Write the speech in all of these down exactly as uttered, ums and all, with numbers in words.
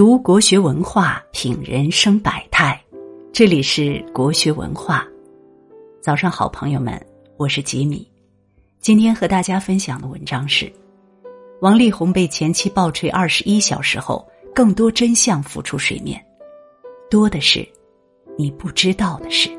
读国学文化，品人生百态。这里是国学文化。早上好，朋友们，我是吉米。今天和大家分享的文章是王力宏被前妻暴锤二十一小时后，更多真相浮出水面，多的是你不知道的事。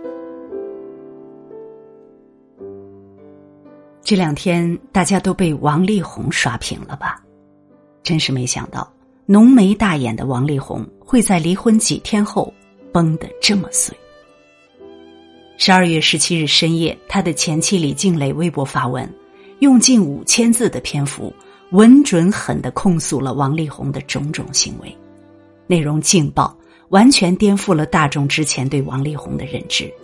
这两天大家都被王力宏刷屏了吧？真是没想到浓眉大眼的王力宏会在离婚几天后崩得这么碎。十二月十七日深夜，他的前妻李静蕾微博发文，用近五千字的篇幅，稳准狠地控诉了王力宏的种种行为，内容劲爆，完全颠覆了大众之前对王力宏的认知。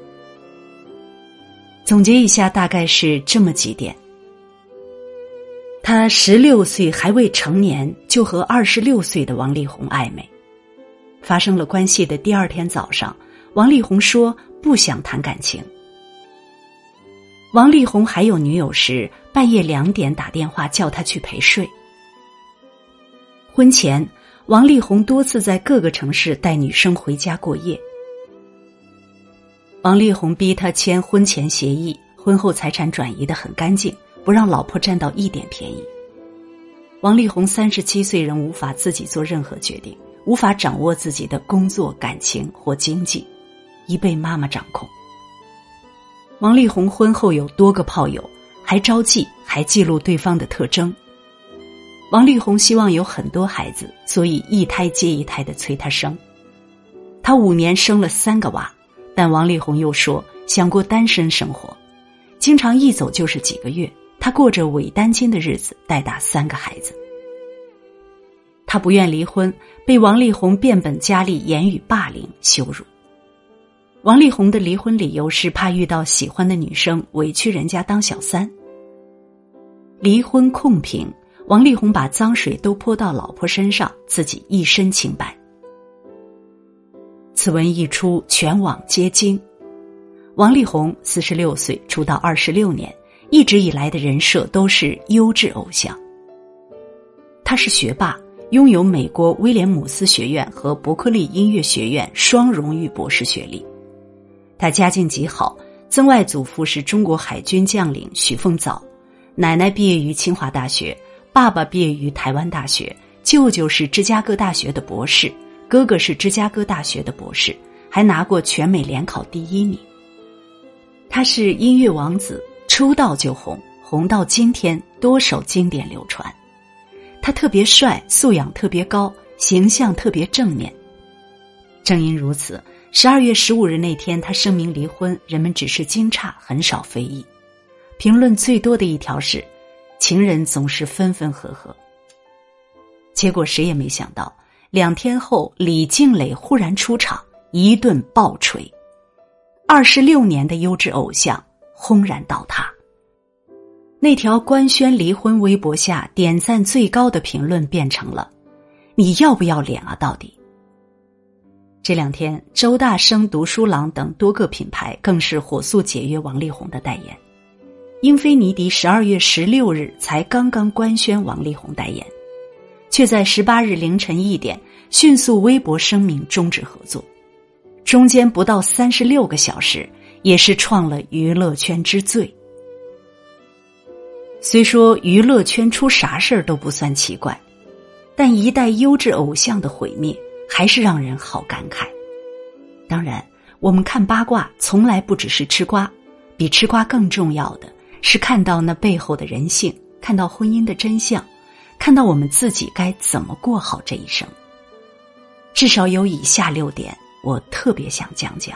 总结一下，大概是这么几点。他十六岁还未成年就和二十六岁的王力宏暧昧，发生了关系的第二天早上，王力宏说不想谈感情。王力宏还有女友时，半夜两点打电话叫他去陪睡。婚前，王力宏多次在各个城市带女生回家过夜。王力宏逼他签婚前协议，婚后财产转移得很干净，不让老婆占到一点便宜。王力宏三十七岁仍无法自己做任何决定，无法掌握自己的工作、感情或经济，已被妈妈掌控。王力宏婚后有多个炮友，还招妓，还记录对方的特征。王力宏希望有很多孩子，所以一胎接一胎地催他生。他五年生了三个娃，但王力宏又说想过单身生活，经常一走就是几个月，他过着伪单亲的日子，带大三个孩子。他不愿离婚，被王力宏变本加厉言语霸凌羞辱。王力宏的离婚理由是怕遇到喜欢的女生，委屈人家当小三。离婚控评，王力宏把脏水都泼到老婆身上，自己一身清白。此文一出，全网皆惊。王力宏四十六岁，出道二十六年，一直以来的人设都是优质偶像。他是学霸，拥有美国威廉姆斯学院和伯克利音乐学院双荣誉博士学历。他家境极好，曾外祖父是中国海军将领许凤藻，奶奶毕业于清华大学，爸爸毕业于台湾大学，舅舅是芝加哥大学的博士，哥哥是芝加哥大学的博士，还拿过全美联考第一名。他是音乐王子，出道就红，红到今天多首经典流传。他特别帅，素养特别高，形象特别正面。正因如此，十二月十五日那天他声明离婚，人们只是惊诧，很少非议。评论最多的一条是情人总是分分合合。结果谁也没想到，两天后李静蕾忽然出场，一顿暴锤，二十六年的优质偶像轰然倒塌。那条官宣离婚微博下点赞最高的评论变成了你要不要脸啊到底。这两天周大生、读书郎等多个品牌更是火速解约王力宏的代言。英菲尼迪十二月十六日才刚刚官宣王力宏代言，却在十八日凌晨一点迅速微博声明终止合作，中间不到三十六个小时，也是创了娱乐圈之最。虽说娱乐圈出啥事儿都不算奇怪，但一代优质偶像的毁灭还是让人好感慨。当然，我们看八卦从来不只是吃瓜，比吃瓜更重要的是看到那背后的人性，看到婚姻的真相，看到我们自己该怎么过好这一生。至少有以下六点我特别想讲讲。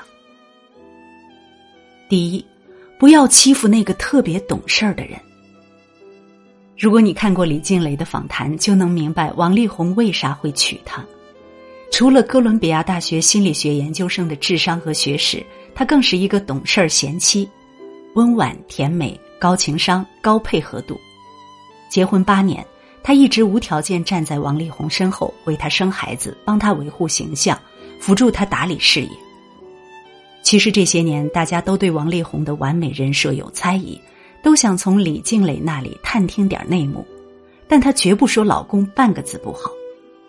第一，不要欺负那个特别懂事儿的人。如果你看过李静蕾的访谈，就能明白王力宏为啥会娶她。除了哥伦比亚大学心理学研究生的智商和学识，她更是一个懂事儿贤妻，温婉甜美，高情商，高配合度。结婚八年，她一直无条件站在王力宏身后，为他生孩子，帮他维护形象，辅助他打理事业。其实这些年大家都对王力宏的完美人设有猜疑，都想从李静蕾那里探听点内幕，但她绝不说老公半个字不好。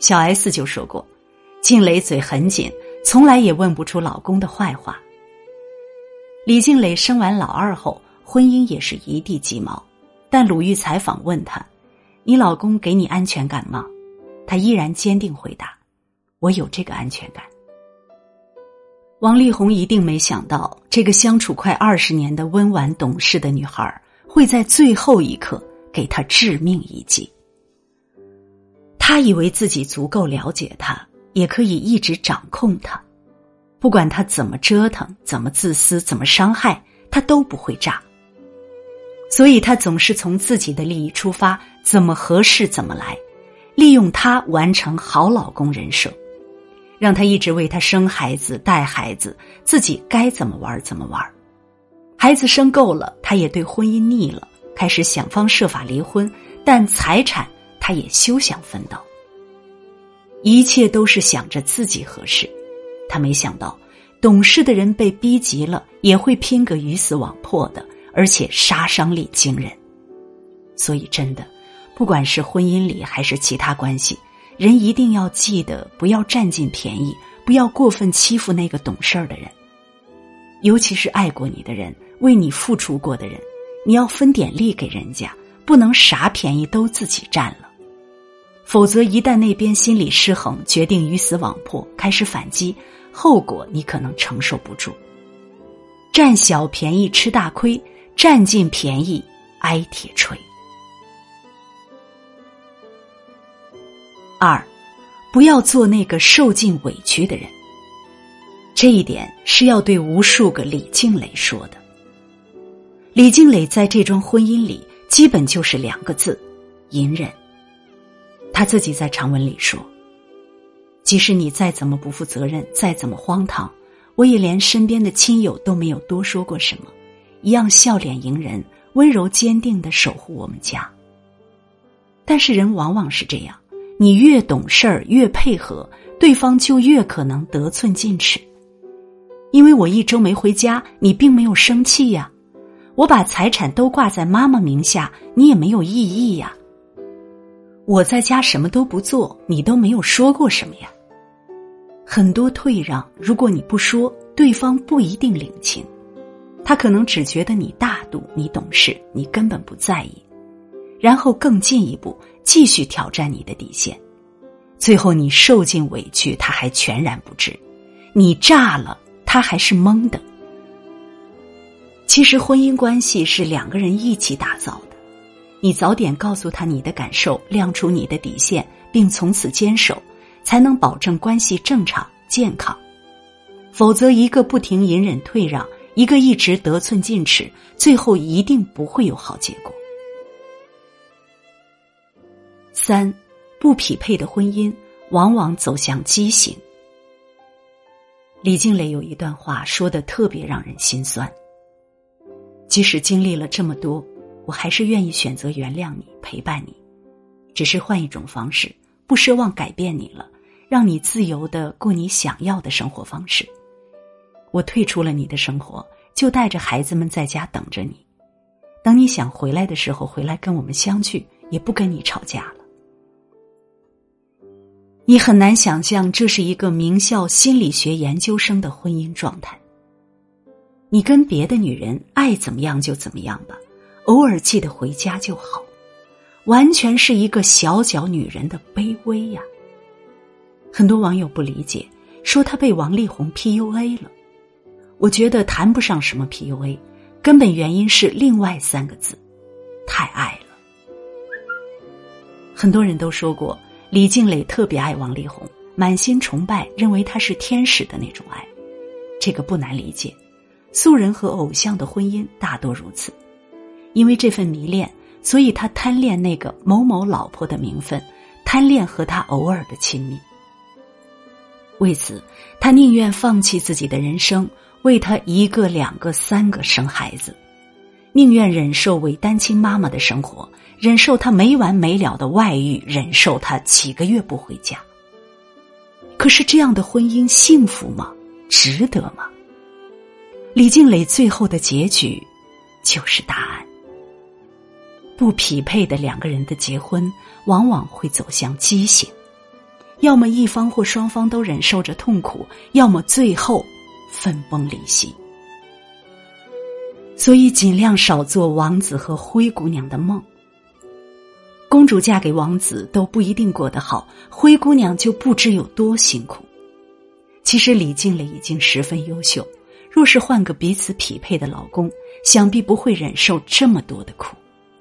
小 S 就说过，静蕾嘴很紧，从来也问不出老公的坏话。李静蕾生完老二后，婚姻也是一地鸡毛，但鲁豫采访问她，你老公给你安全感吗？她依然坚定回答，我有这个安全感。王力宏一定没想到，这个相处快二十年的温婉懂事的女孩，会在最后一刻给他致命一击。他以为自己足够了解他，也可以一直掌控他，不管他怎么折腾，怎么自私，怎么伤害，他都不会炸。所以他总是从自己的利益出发，怎么合适怎么来，利用他完成好老公人设，让他一直为他生孩子带孩子，自己该怎么玩怎么玩。孩子生够了，他也对婚姻腻了，开始想方设法离婚，但财产他也休想分到。一切都是想着自己合适，他没想到懂事的人被逼急了也会拼个鱼死网破的，而且杀伤力惊人。所以真的，不管是婚姻里还是其他关系，人一定要记得不要占尽便宜，不要过分欺负那个懂事的人。尤其是爱过你的人，为你付出过的人，你要分点利给人家，不能啥便宜都自己占了。否则一旦那边心理失衡，决定鱼死网破，开始反击，后果你可能承受不住。占小便宜吃大亏，占尽便宜挨铁锤。二，不要做那个受尽委屈的人。这一点是要对无数个李静蕾说的。李静蕾在这桩婚姻里基本就是两个字，隐忍。她自己在长文里说，即使你再怎么不负责任，再怎么荒唐，我也连身边的亲友都没有多说过什么，一样笑脸迎人，温柔坚定地守护我们家。但是人往往是这样，你越懂事儿，越配合，对方就越可能得寸进尺。因为我一周没回家，你并没有生气呀。我把财产都挂在妈妈名下，你也没有异议呀。我在家什么都不做，你都没有说过什么呀。很多退让，如果你不说，对方不一定领情，他可能只觉得你大度，你懂事，你根本不在意，然后更进一步继续挑战你的底线，最后你受尽委屈，他还全然不知，你炸了，他还是懵的。其实婚姻关系是两个人一起打造的，你早点告诉他你的感受，亮出你的底线，并从此坚守，才能保证关系正常健康。否则一个不停隐忍退让，一个一直得寸进尺，最后一定不会有好结果。三，不匹配的婚姻往往走向畸形。李静蕾有一段话说得特别让人心酸，即使经历了这么多，我还是愿意选择原谅你，陪伴你，只是换一种方式，不奢望改变你了，让你自由地过你想要的生活方式。我退出了你的生活，就带着孩子们在家等着你，等你想回来的时候回来跟我们相聚，也不跟你吵架了。你很难想象这是一个名校心理学研究生的婚姻状态。你跟别的女人爱怎么样就怎么样吧，偶尔记得回家就好，完全是一个小脚女人的卑微呀。很多网友不理解，说她被王力宏 P U A 了。我觉得谈不上什么 P U A， 根本原因是另外三个字，太爱了。很多人都说过，李静蕾特别爱王力宏，满心崇拜，认为他是天使的那种爱。这个不难理解，素人和偶像的婚姻大多如此。因为这份迷恋，所以他贪恋那个某某老婆的名分，贪恋和他偶尔的亲密。为此，他宁愿放弃自己的人生，为他一个两个三个生孩子，宁愿忍受为单亲妈妈的生活，忍受他没完没了的外遇，忍受他几个月不回家。可是这样的婚姻幸福吗？值得吗？李静蕾最后的结局就是答案。不匹配的两个人的结婚往往会走向畸形， 要么一方或双方都忍受着痛苦，要么最后分崩离析。所以尽量少做王子和灰姑娘的梦。公主嫁给王子都不一定过得好，灰姑娘就不知有多辛苦。其实李静蕾已经十分优秀，若是换个彼此匹配的老公，想必不会忍受这么多的苦。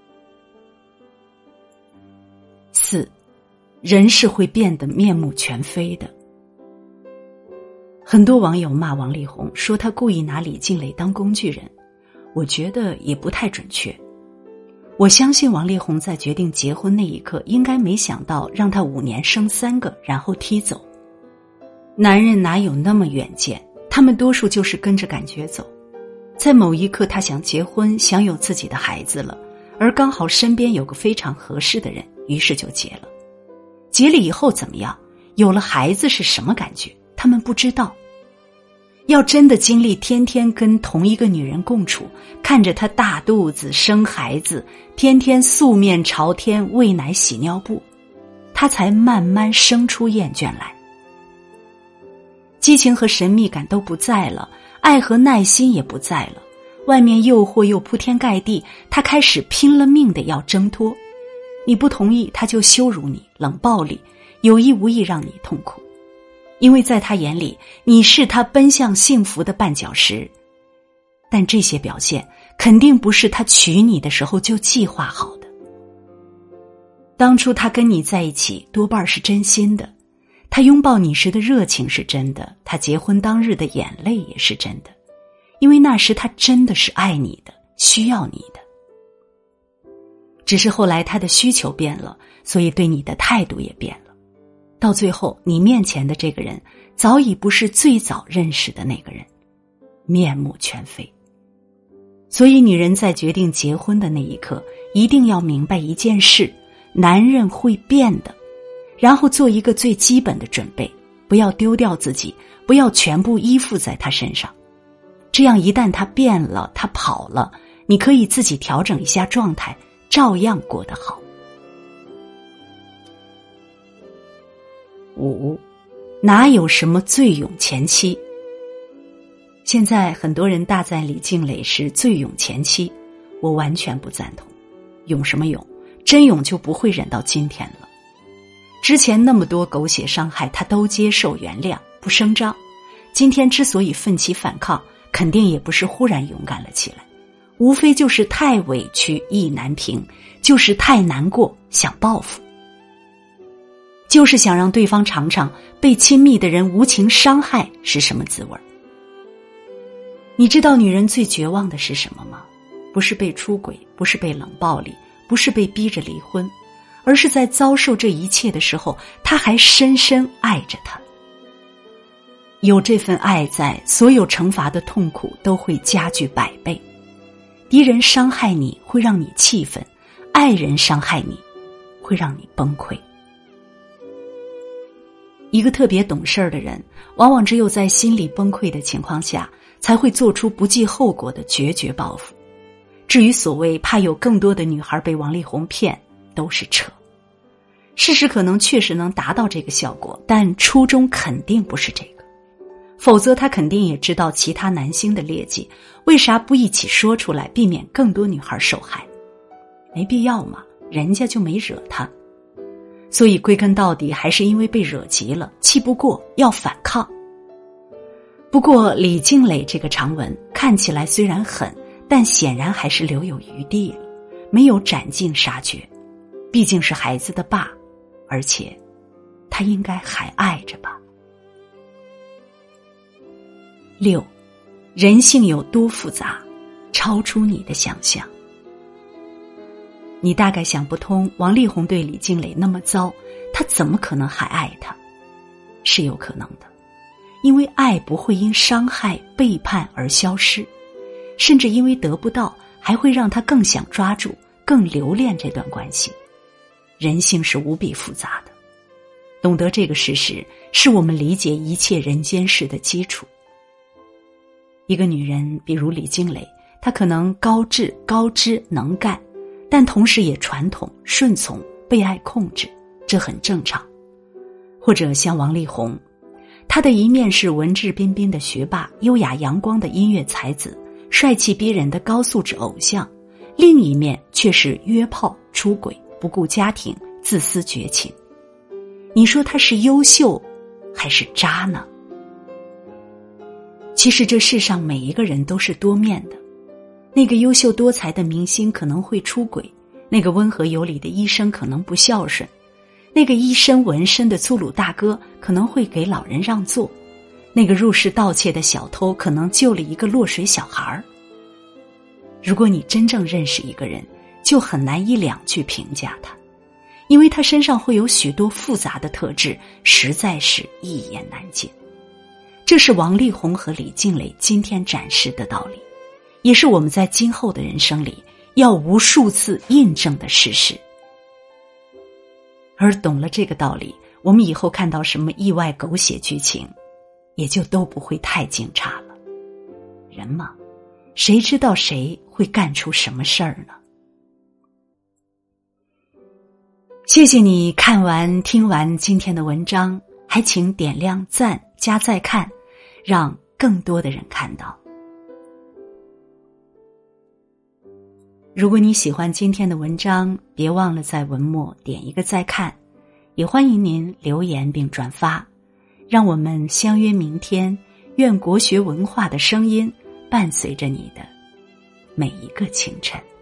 四，人是会变得面目全非的。很多网友骂王力宏，说他故意拿李静蕾当工具人，我觉得也不太准确。我相信王力宏在决定结婚那一刻，应该没想到让他五年生三个，然后踢走。男人哪有那么远见，他们多数就是跟着感觉走。在某一刻他想结婚，想有自己的孩子了，而刚好身边有个非常合适的人，于是就结了。结了以后怎么样？有了孩子是什么感觉？他们不知道。要真的经历天天跟同一个女人共处，看着她大肚子生孩子，天天素面朝天喂奶洗尿布，他才慢慢生出厌倦来。激情和神秘感都不在了，爱和耐心也不在了，外面诱惑又铺天盖地，他开始拼了命的要挣脱。你不同意，他就羞辱你，冷暴力，有意无意让你痛苦。因为在他眼里，你是他奔向幸福的绊脚石。但这些表现肯定不是他娶你的时候就计划好的。当初他跟你在一起多半是真心的，他拥抱你时的热情是真的，他结婚当日的眼泪也是真的，因为那时他真的是爱你的，需要你的。只是后来他的需求变了，所以对你的态度也变了。到最后，你面前的这个人早已不是最早认识的那个人，面目全非。所以女人在决定结婚的那一刻，一定要明白一件事，男人会变的，然后做一个最基本的准备，不要丢掉自己，不要全部依附在他身上。这样一旦他变了，他跑了，你可以自己调整一下状态，照样过得好。五，哪有什么最勇前妻？现在很多人大赞李静蕾是最勇前妻，我完全不赞同。勇什么勇？真勇就不会忍到今天了。之前那么多狗血伤害，他都接受原谅，不声张。今天之所以奋起反抗，肯定也不是忽然勇敢了起来，无非就是太委屈意难平，就是太难过想报复，就是想让对方尝尝被亲密的人无情伤害是什么滋味。你知道女人最绝望的是什么吗？不是被出轨，不是被冷暴力，不是被逼着离婚，而是在遭受这一切的时候，她还深深爱着他。有这份爱在，所有惩罚的痛苦都会加剧百倍。敌人伤害你会让你气愤，爱人伤害你会让你崩溃。一个特别懂事的人，往往只有在心理崩溃的情况下，才会做出不计后果的决绝报复。至于所谓怕有更多的女孩被王力宏骗，都是扯。事实可能确实能达到这个效果，但初衷肯定不是这个。否则他肯定也知道其他男星的劣迹，为啥不一起说出来，避免更多女孩受害？没必要嘛，人家就没惹他。所以归根到底还是因为被惹急了，气不过要反抗。不过李静蕾这个长文看起来虽然狠，但显然还是留有余地了，没有斩尽杀绝。毕竟是孩子的爸，而且他应该还爱着吧。六，人性有多复杂，超出你的想象。你大概想不通，王力宏对李静蕾那么糟，他怎么可能还爱她？是有可能的，因为爱不会因伤害、背叛而消失，甚至因为得不到，还会让他更想抓住，更留恋这段关系。人性是无比复杂的，懂得这个事实，是我们理解一切人间事的基础。一个女人，比如李静蕾，她可能高智、高知、能干，但同时也传统、顺从、被爱控制，这很正常。 或者像王力宏，他的一面是文质彬彬的学霸，优雅阳光的音乐才子，帅气逼人的高素质偶像，另一面却是约炮、出轨、不顾家庭、自私绝情。你说他是优秀还是渣呢？其实这世上每一个人都是多面的，那个优秀多才的明星可能会出轨，那个温和有礼的医生可能不孝顺，那个一身纹身的粗鲁大哥可能会给老人让座，那个入室盗窃的小偷可能救了一个落水小孩。如果你真正认识一个人，就很难一两句评价他，因为他身上会有许多复杂的特质，实在是一言难尽。这是王力宏和李静蕾今天展示的道理，也是我们在今后的人生里要无数次印证的事实。而懂了这个道理，我们以后看到什么意外狗血剧情，也就都不会太惊诧了。人嘛，谁知道谁会干出什么事儿呢？谢谢你看完听完今天的文章，还请点亮赞加再看，让更多的人看到。如果你喜欢今天的文章，别忘了在文末点一个再看，也欢迎您留言并转发，让我们相约明天，愿国学文化的声音伴随着你的每一个清晨。